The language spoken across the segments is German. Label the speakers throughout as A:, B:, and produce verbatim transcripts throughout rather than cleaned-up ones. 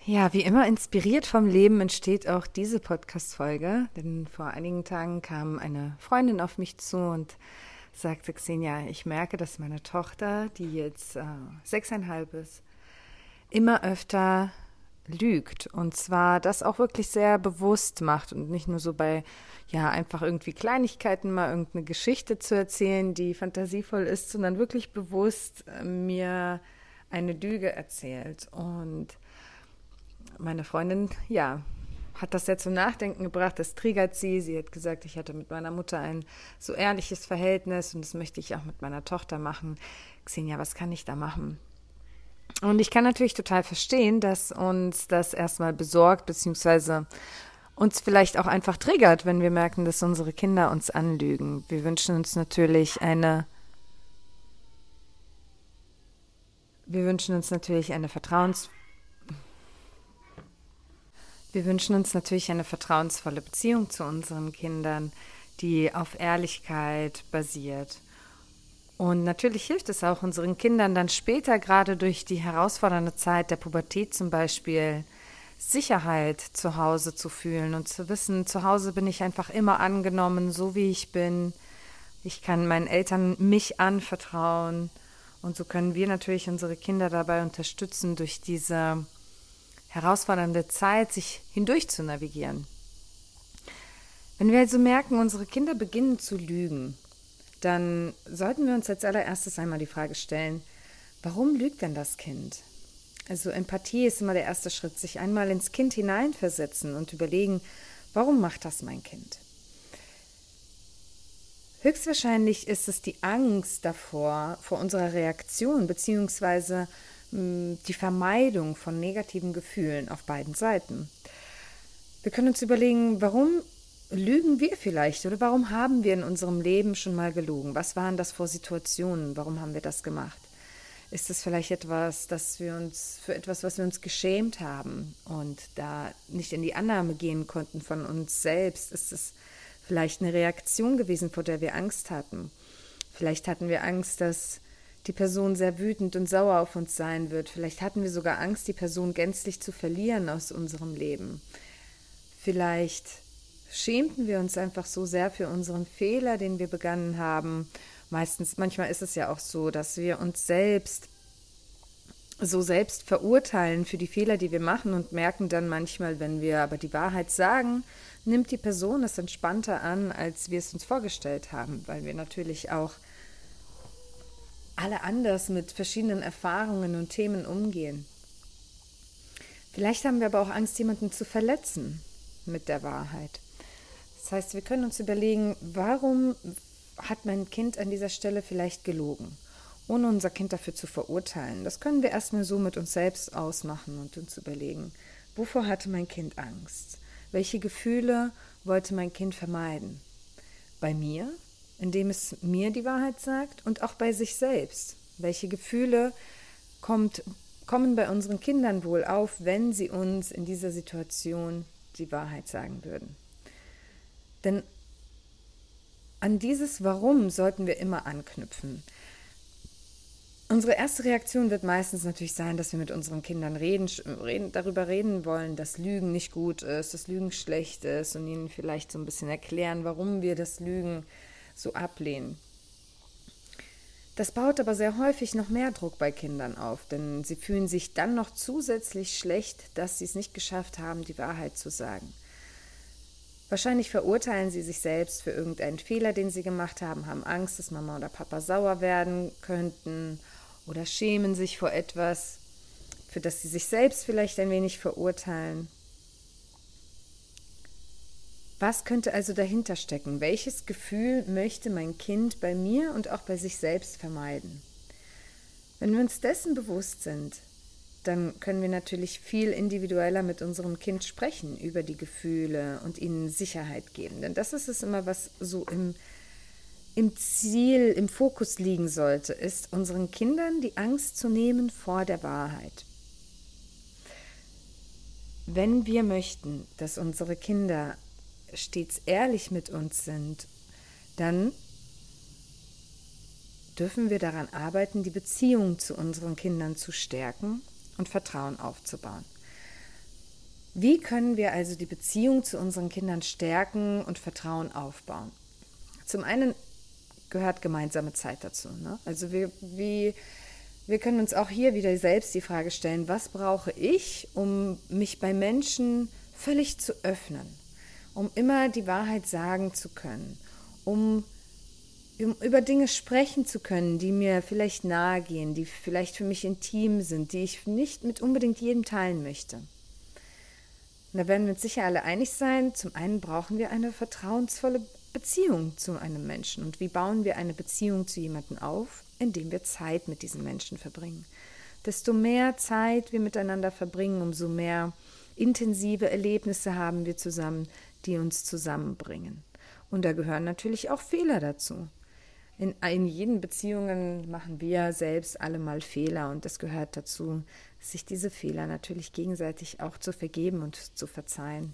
A: Ja, wie immer inspiriert vom Leben entsteht auch diese Podcast-Folge, denn vor einigen Tagen kam eine Freundin auf mich zu und sagte: Xenia, ich merke, dass meine Tochter, die jetzt äh, sechseinhalb ist, immer öfter lügt, und zwar das auch wirklich sehr bewusst macht und nicht nur so bei, ja, einfach irgendwie Kleinigkeiten mal irgendeine Geschichte zu erzählen, die fantasievoll ist, sondern wirklich bewusst äh, mir eine Lüge erzählt. Und meine Freundin, ja, hat das sehr zum Nachdenken gebracht, das triggert sie. Sie hat gesagt, ich hatte mit meiner Mutter ein so ehrliches Verhältnis und das möchte ich auch mit meiner Tochter machen. Xenia, was kann ich da machen? Und ich kann natürlich total verstehen, dass uns das erstmal besorgt, beziehungsweise uns vielleicht auch einfach triggert, wenn wir merken, dass unsere Kinder uns anlügen. Wir wünschen uns natürlich eine, wir wünschen uns natürlich eine Vertrauens, wir wünschen uns natürlich eine vertrauensvolle Beziehung zu unseren Kindern, die auf Ehrlichkeit basiert. Und natürlich hilft es auch unseren Kindern dann später, gerade durch die herausfordernde Zeit der Pubertät zum Beispiel, Sicherheit zu Hause zu fühlen und zu wissen, zu Hause bin ich einfach immer angenommen, so wie ich bin. Ich kann meinen Eltern mich anvertrauen. Und so können wir natürlich unsere Kinder dabei unterstützen, durch diese herausfordernde Zeit sich hindurch zu navigieren. Wenn wir also merken, unsere Kinder beginnen zu lügen, dann sollten wir uns als allererstes einmal die Frage stellen, warum lügt denn das Kind? Also Empathie ist immer der erste Schritt, sich einmal ins Kind hineinversetzen und überlegen, warum macht das mein Kind? Höchstwahrscheinlich ist es die Angst davor, vor unserer Reaktion, beziehungsweise mh, die Vermeidung von negativen Gefühlen auf beiden Seiten. Wir können uns überlegen, warum lügen wir vielleicht oder warum haben wir in unserem Leben schon mal gelogen? Was waren das für Situationen? Warum haben wir das gemacht? Ist es vielleicht etwas, dass wir uns für etwas, was wir uns geschämt haben und da nicht in die Annahme gehen konnten von uns selbst? Ist es vielleicht eine Reaktion gewesen, vor der wir Angst hatten? Vielleicht hatten wir Angst, dass die Person sehr wütend und sauer auf uns sein wird. Vielleicht hatten wir sogar Angst, die Person gänzlich zu verlieren aus unserem Leben. Vielleicht schämten wir uns einfach so sehr für unseren Fehler, den wir begangen haben. Meistens, manchmal ist es ja auch so, dass wir uns selbst so selbst verurteilen für die Fehler, die wir machen und merken dann manchmal, wenn wir aber die Wahrheit sagen, nimmt die Person es entspannter an, als wir es uns vorgestellt haben, weil wir natürlich auch alle anders mit verschiedenen Erfahrungen und Themen umgehen. Vielleicht haben wir aber auch Angst, jemanden zu verletzen mit der Wahrheit. Das heißt, wir können uns überlegen, warum hat mein Kind an dieser Stelle vielleicht gelogen, ohne unser Kind dafür zu verurteilen. Das können wir erstmal so mit uns selbst ausmachen und uns überlegen, wovor hatte mein Kind Angst? Welche Gefühle wollte mein Kind vermeiden? Bei mir, indem es mir die Wahrheit sagt, und auch bei sich selbst. Welche Gefühle kommt, kommen bei unseren Kindern wohl auf, wenn sie uns in dieser Situation die Wahrheit sagen würden? Denn an dieses Warum sollten wir immer anknüpfen. Unsere erste Reaktion wird meistens natürlich sein, dass wir mit unseren Kindern reden, reden, darüber reden wollen, dass Lügen nicht gut ist, dass Lügen schlecht ist und ihnen vielleicht so ein bisschen erklären, warum wir das Lügen so ablehnen. Das baut aber sehr häufig noch mehr Druck bei Kindern auf, denn sie fühlen sich dann noch zusätzlich schlecht, dass sie es nicht geschafft haben, die Wahrheit zu sagen. Wahrscheinlich verurteilen sie sich selbst für irgendeinen Fehler, den sie gemacht haben, haben Angst, dass Mama oder Papa sauer werden könnten oder schämen sich vor etwas, für das sie sich selbst vielleicht ein wenig verurteilen. Was könnte also dahinter stecken? Welches Gefühl möchte mein Kind bei mir und auch bei sich selbst vermeiden? Wenn wir uns dessen bewusst sind, dann können wir natürlich viel individueller mit unserem Kind sprechen über die Gefühle und ihnen Sicherheit geben. Denn das ist es immer, was so im, im Ziel, im Fokus liegen sollte, ist, unseren Kindern die Angst zu nehmen vor der Wahrheit. Wenn wir möchten, dass unsere Kinder stets ehrlich mit uns sind, dann dürfen wir daran arbeiten, die Beziehung zu unseren Kindern zu stärken und Vertrauen aufzubauen. Wie können wir also die Beziehung zu unseren Kindern stärken und Vertrauen aufbauen? Zum einen gehört gemeinsame Zeit dazu. Ne? Also wir, wie, wir können uns auch hier wieder selbst die Frage stellen, was brauche ich, um mich bei Menschen völlig zu öffnen, um immer die Wahrheit sagen zu können, um, um über Dinge sprechen zu können, die mir vielleicht nahe gehen, die vielleicht für mich intim sind, die ich nicht mit unbedingt jedem teilen möchte. Und da werden wir uns sicher alle einig sein, zum einen brauchen wir eine vertrauensvolle Beziehung zu einem Menschen. Und wie bauen wir eine Beziehung zu jemandem auf? Indem wir Zeit mit diesem Menschen verbringen. Desto mehr Zeit wir miteinander verbringen, umso mehr intensive Erlebnisse haben wir zusammen, die uns zusammenbringen. Und da gehören natürlich auch Fehler dazu. In, in jeden Beziehungen machen wir selbst alle mal Fehler und es gehört dazu, sich diese Fehler natürlich gegenseitig auch zu vergeben und zu verzeihen.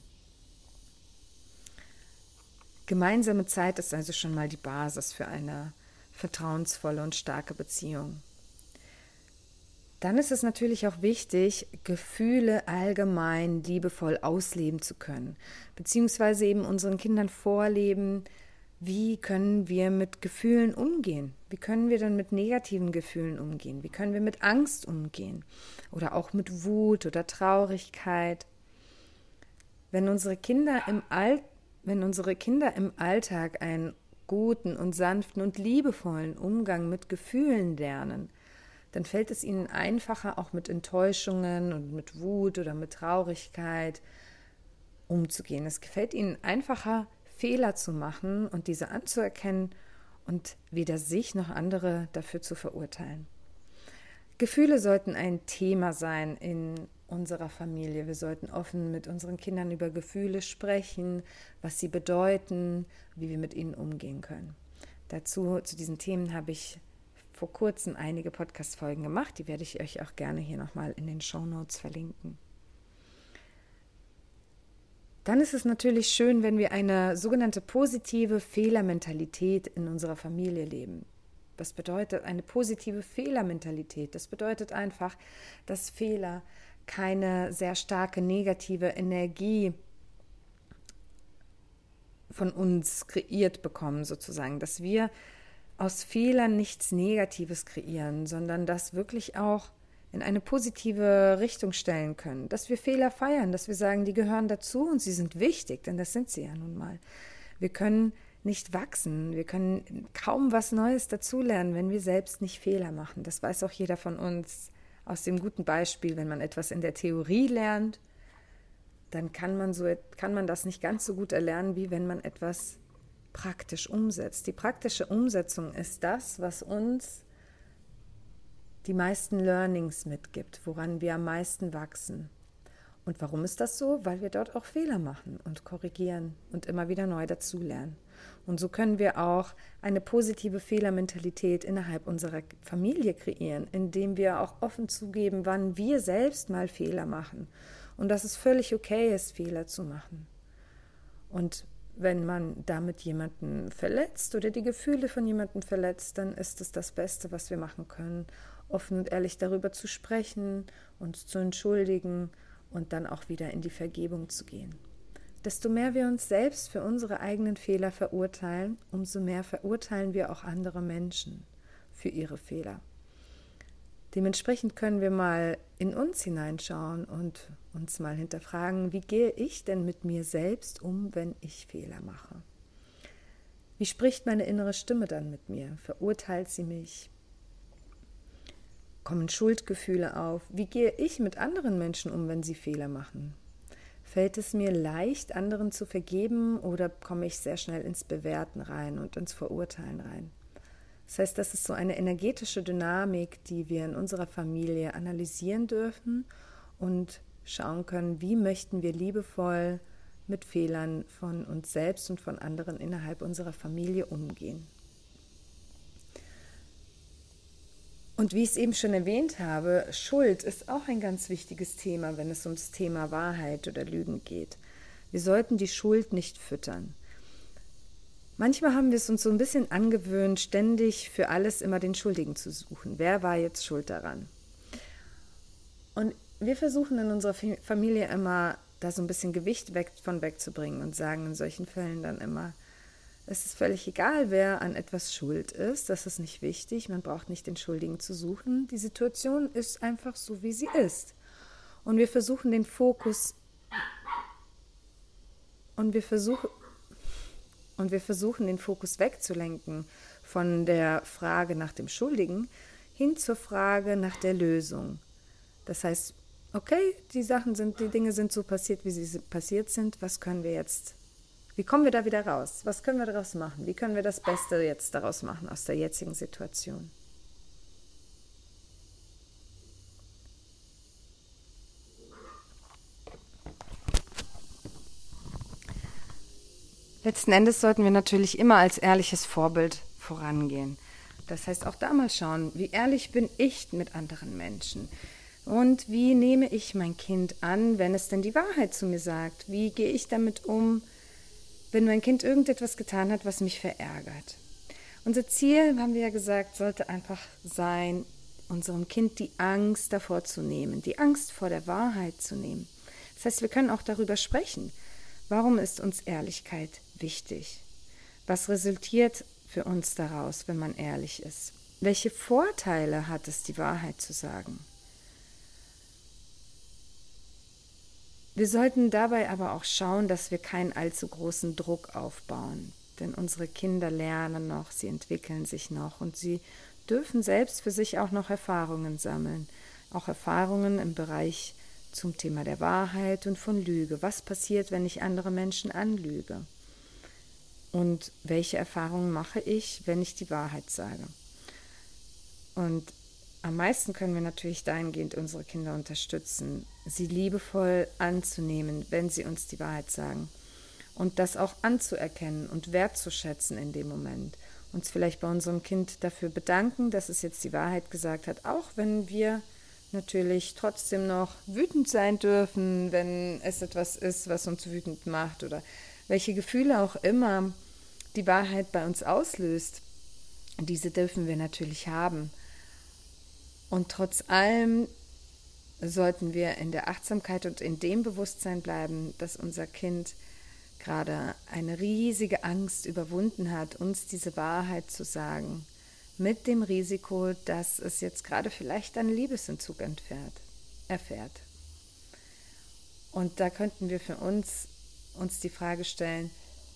A: Gemeinsame Zeit ist also schon mal die Basis für eine vertrauensvolle und starke Beziehung. Dann ist es natürlich auch wichtig, Gefühle allgemein liebevoll ausleben zu können, beziehungsweise eben unseren Kindern vorleben, wie können wir mit Gefühlen umgehen? Wie können wir dann mit negativen Gefühlen umgehen? Wie können wir mit Angst umgehen? Oder auch mit Wut oder Traurigkeit? Wenn unsere Kinder im All, wenn unsere Kinder im Alltag einen guten und sanften und liebevollen Umgang mit Gefühlen lernen, dann fällt es ihnen einfacher, auch mit Enttäuschungen und mit Wut oder mit Traurigkeit umzugehen. Es gefällt ihnen einfacher, Fehler zu machen und diese anzuerkennen und weder sich noch andere dafür zu verurteilen. Gefühle sollten ein Thema sein in unserer Familie. Wir sollten offen mit unseren Kindern über Gefühle sprechen, was sie bedeuten, wie wir mit ihnen umgehen können. Dazu, zu diesen Themen habe ich vor kurzem einige Podcast-Folgen gemacht. Die werde ich euch auch gerne hier nochmal in den Shownotes verlinken. Dann ist es natürlich schön, wenn wir eine sogenannte positive Fehlermentalität in unserer Familie leben. Was bedeutet eine positive Fehlermentalität? Das bedeutet einfach, dass Fehler keine sehr starke negative Energie von uns kreiert bekommen, sozusagen. Dass wir aus Fehlern nichts Negatives kreieren, sondern das wirklich auch in eine positive Richtung stellen können, dass wir Fehler feiern, dass wir sagen, die gehören dazu und sie sind wichtig, denn das sind sie ja nun mal. Wir können nicht wachsen, wir können kaum was Neues dazulernen, wenn wir selbst nicht Fehler machen. Das weiß auch jeder von uns aus dem guten Beispiel, wenn man etwas in der Theorie lernt, dann kann man, so, kann man das nicht ganz so gut erlernen, wie wenn man etwas praktisch umsetzt. Die praktische Umsetzung ist das, was uns die meisten Learnings mitgibt, woran wir am meisten wachsen. Und warum ist das so? Weil wir dort auch Fehler machen und korrigieren und immer wieder neu dazulernen. Und so können wir auch eine positive Fehlermentalität innerhalb unserer Familie kreieren, indem wir auch offen zugeben, wann wir selbst mal Fehler machen und dass es völlig okay ist, Fehler zu machen. Und wenn man damit jemanden verletzt oder die Gefühle von jemandem verletzt, dann ist es das Beste, was wir machen können, offen und ehrlich darüber zu sprechen, uns zu entschuldigen und dann auch wieder in die Vergebung zu gehen. Desto mehr wir uns selbst für unsere eigenen Fehler verurteilen, umso mehr verurteilen wir auch andere Menschen für ihre Fehler. Dementsprechend können wir mal in uns hineinschauen und uns mal hinterfragen, wie gehe ich denn mit mir selbst um, wenn ich Fehler mache? Wie spricht meine innere Stimme dann mit mir? Verurteilt sie mich? Kommen Schuldgefühle auf? Wie gehe ich mit anderen Menschen um, wenn sie Fehler machen? Fällt es mir leicht, anderen zu vergeben oder komme ich sehr schnell ins Bewerten rein und ins Verurteilen rein? Das heißt, das ist so eine energetische Dynamik, die wir in unserer Familie analysieren dürfen und schauen können, wie möchten wir liebevoll mit Fehlern von uns selbst und von anderen innerhalb unserer Familie umgehen. Und wie ich es eben schon erwähnt habe, Schuld ist auch ein ganz wichtiges Thema, wenn es ums Thema Wahrheit oder Lügen geht. Wir sollten die Schuld nicht füttern. Manchmal haben wir es uns so ein bisschen angewöhnt, ständig für alles immer den Schuldigen zu suchen. Wer war jetzt schuld daran? Und wir versuchen in unserer Familie immer, da so ein bisschen Gewicht weg, von wegzubringen und sagen in solchen Fällen dann immer, es ist völlig egal, wer an etwas schuld ist, das ist nicht wichtig, man braucht nicht den Schuldigen zu suchen, die Situation ist einfach so, wie sie ist. Und wir versuchen den Fokus und wir versuchen und wir versuchen den Fokus wegzulenken von der Frage nach dem Schuldigen hin zur Frage nach der Lösung. Das heißt, okay, die Sachen sind, die Dinge sind so passiert, wie sie passiert sind, was können wir jetzt Wie kommen wir da wieder raus? Was können wir daraus machen? Wie können wir das Beste jetzt daraus machen aus der jetzigen Situation? Letzten Endes sollten wir natürlich immer als ehrliches Vorbild vorangehen. Das heißt, auch da mal schauen, wie ehrlich bin ich mit anderen Menschen? Und wie nehme ich mein Kind an, wenn es denn die Wahrheit zu mir sagt? Wie gehe ich damit um, wenn mein Kind irgendetwas getan hat, was mich verärgert? Unser Ziel, haben wir ja gesagt, sollte einfach sein, unserem Kind die Angst davor zu nehmen, die Angst vor der Wahrheit zu nehmen. Das heißt, wir können auch darüber sprechen. Warum ist uns Ehrlichkeit wichtig? Was resultiert für uns daraus, wenn man ehrlich ist? Welche Vorteile hat es, die Wahrheit zu sagen? Wir sollten dabei aber auch schauen, dass wir keinen allzu großen Druck aufbauen. Denn unsere Kinder lernen noch, sie entwickeln sich noch und sie dürfen selbst für sich auch noch Erfahrungen sammeln. Auch Erfahrungen im Bereich zum Thema der Wahrheit und von Lüge. Was passiert, wenn ich andere Menschen anlüge? Und welche Erfahrungen mache ich, wenn ich die Wahrheit sage? Und am meisten können wir natürlich dahingehend unsere Kinder unterstützen, sie liebevoll anzunehmen, wenn sie uns die Wahrheit sagen. Und das auch anzuerkennen und wertzuschätzen in dem Moment. Uns vielleicht bei unserem Kind dafür bedanken, dass es jetzt die Wahrheit gesagt hat, auch wenn wir natürlich trotzdem noch wütend sein dürfen, wenn es etwas ist, was uns wütend macht oder welche Gefühle auch immer die Wahrheit bei uns auslöst. Diese dürfen wir natürlich haben. Und trotz allem sollten wir in der Achtsamkeit und in dem Bewusstsein bleiben, dass unser Kind gerade eine riesige Angst überwunden hat, uns diese Wahrheit zu sagen, mit dem Risiko, dass es jetzt gerade vielleicht einen Liebesentzug entfährt, erfährt. Und da könnten wir für uns uns die Frage stellen,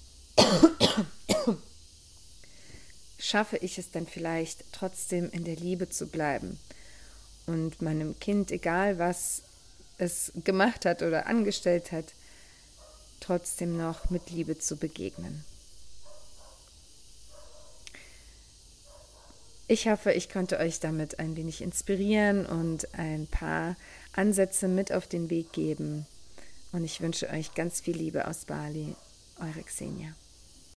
A: schaffe ich es denn vielleicht trotzdem in der Liebe zu bleiben und meinem Kind, egal was es gemacht hat oder angestellt hat, trotzdem noch mit Liebe zu begegnen. Ich hoffe, ich konnte euch damit ein wenig inspirieren und ein paar Ansätze mit auf den Weg geben. Und ich wünsche euch ganz viel Liebe aus Bali. Eure Xenia.